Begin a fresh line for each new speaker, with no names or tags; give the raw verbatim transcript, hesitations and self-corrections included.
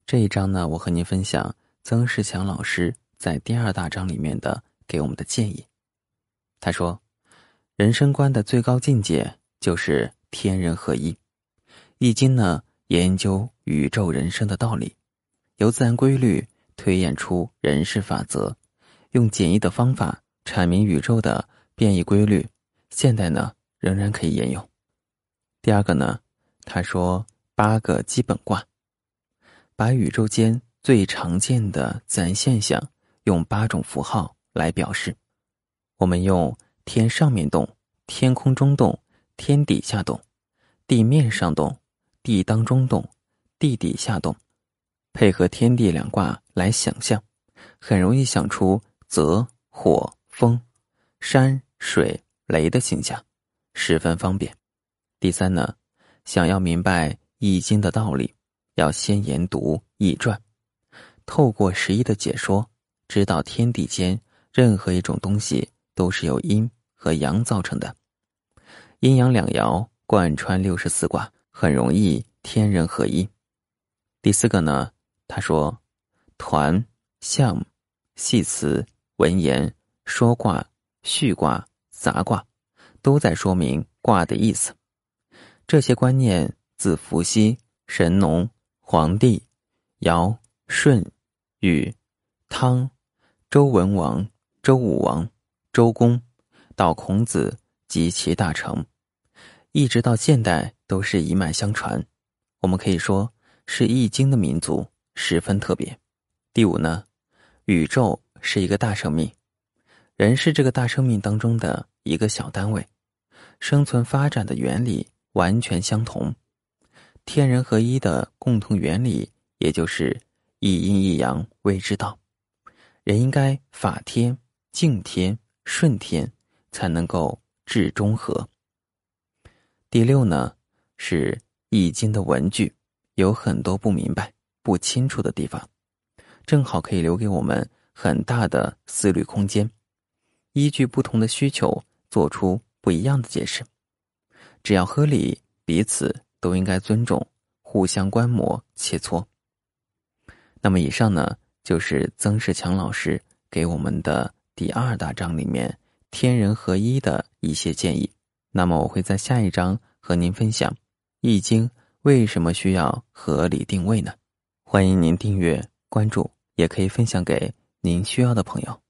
这一章呢，我和您分享曾仕强老师在第二大章里面的给我们的建议。他说，人生观的最高境界就是天人合一。易经呢，研究宇宙人生的道理，由自然规律推演出人事法则，用简易的方法阐明宇宙的变异规律，现代呢仍然可以沿用。第二个呢，他说八个基本卦，把宇宙间最常见的自然现象用八种符号来表示。我们用天上面动、天空中动、天底下动、地面上动、地当中动、地底下动，配合天地两卦来想象，很容易想出泽、火、风、山、水、雷的形象，十分方便。第三呢，想要明白易经的道理，要先研读易传，透过十一的解说，知道天地间任何一种东西都是由阴和阳造成的，阴阳两爻贯穿六十四卦，很容易天人合一。第四个呢，他说团、象、系辞、文言、说卦、序卦、杂卦都在说明卦的意思。这些观念自伏羲、神农、黄帝、尧、舜、禹、汤、周文王、周武王、周公到孔子及其大成，一直到现代都是一脉相传。我们可以说是易经的民族，十分特别。第五呢，宇宙是一个大生命，人是这个大生命当中的一个小单位，生存发展的原理完全相同。天人合一的共同原理，也就是一阴一阳谓之道。人应该法天、敬天、顺天，才能够至中和。第六呢，是易经的文句有很多不明白、不清楚的地方，正好可以留给我们很大的思虑空间，依据不同的需求做出不一样的解释。只要合理，彼此都应该尊重，互相观摩切磋。那么以上呢，就是曾仕强老师给我们的第二大章里面天人合一的一些建议。那么我会在下一章和您分享易经为什么需要合理定位呢？欢迎您订阅关注，也可以分享给您需要的朋友。